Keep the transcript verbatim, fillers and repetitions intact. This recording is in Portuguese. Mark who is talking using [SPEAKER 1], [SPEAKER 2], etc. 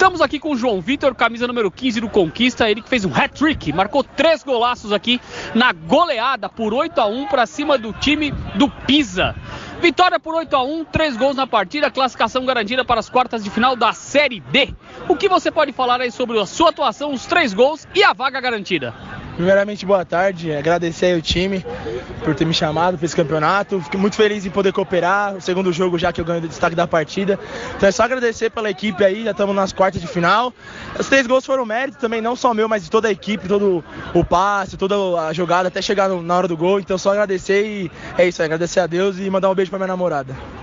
[SPEAKER 1] Estamos aqui com o João Vitor, camisa número quinze do Conquista, ele que fez um hat-trick, marcou três golaços aqui na goleada por oito a um para cima do time do Pisa. Vitória por oito a um, três gols na partida, classificação garantida para as quartas de final da Série D. O que você pode falar aí sobre a sua atuação, os três gols e a vaga garantida?
[SPEAKER 2] Primeiramente, boa tarde, agradecer aí o time por ter me chamado para esse campeonato, fiquei muito feliz em poder cooperar, o segundo jogo já que eu ganho o destaque da partida, então é só agradecer pela equipe aí, já estamos nas quartas de final. Os três gols foram mérito também, não só meu, mas de toda a equipe, todo o passe, toda a jogada até chegar na hora do gol, então só agradecer e é isso aí, agradecer a Deus e mandar um beijo para minha namorada.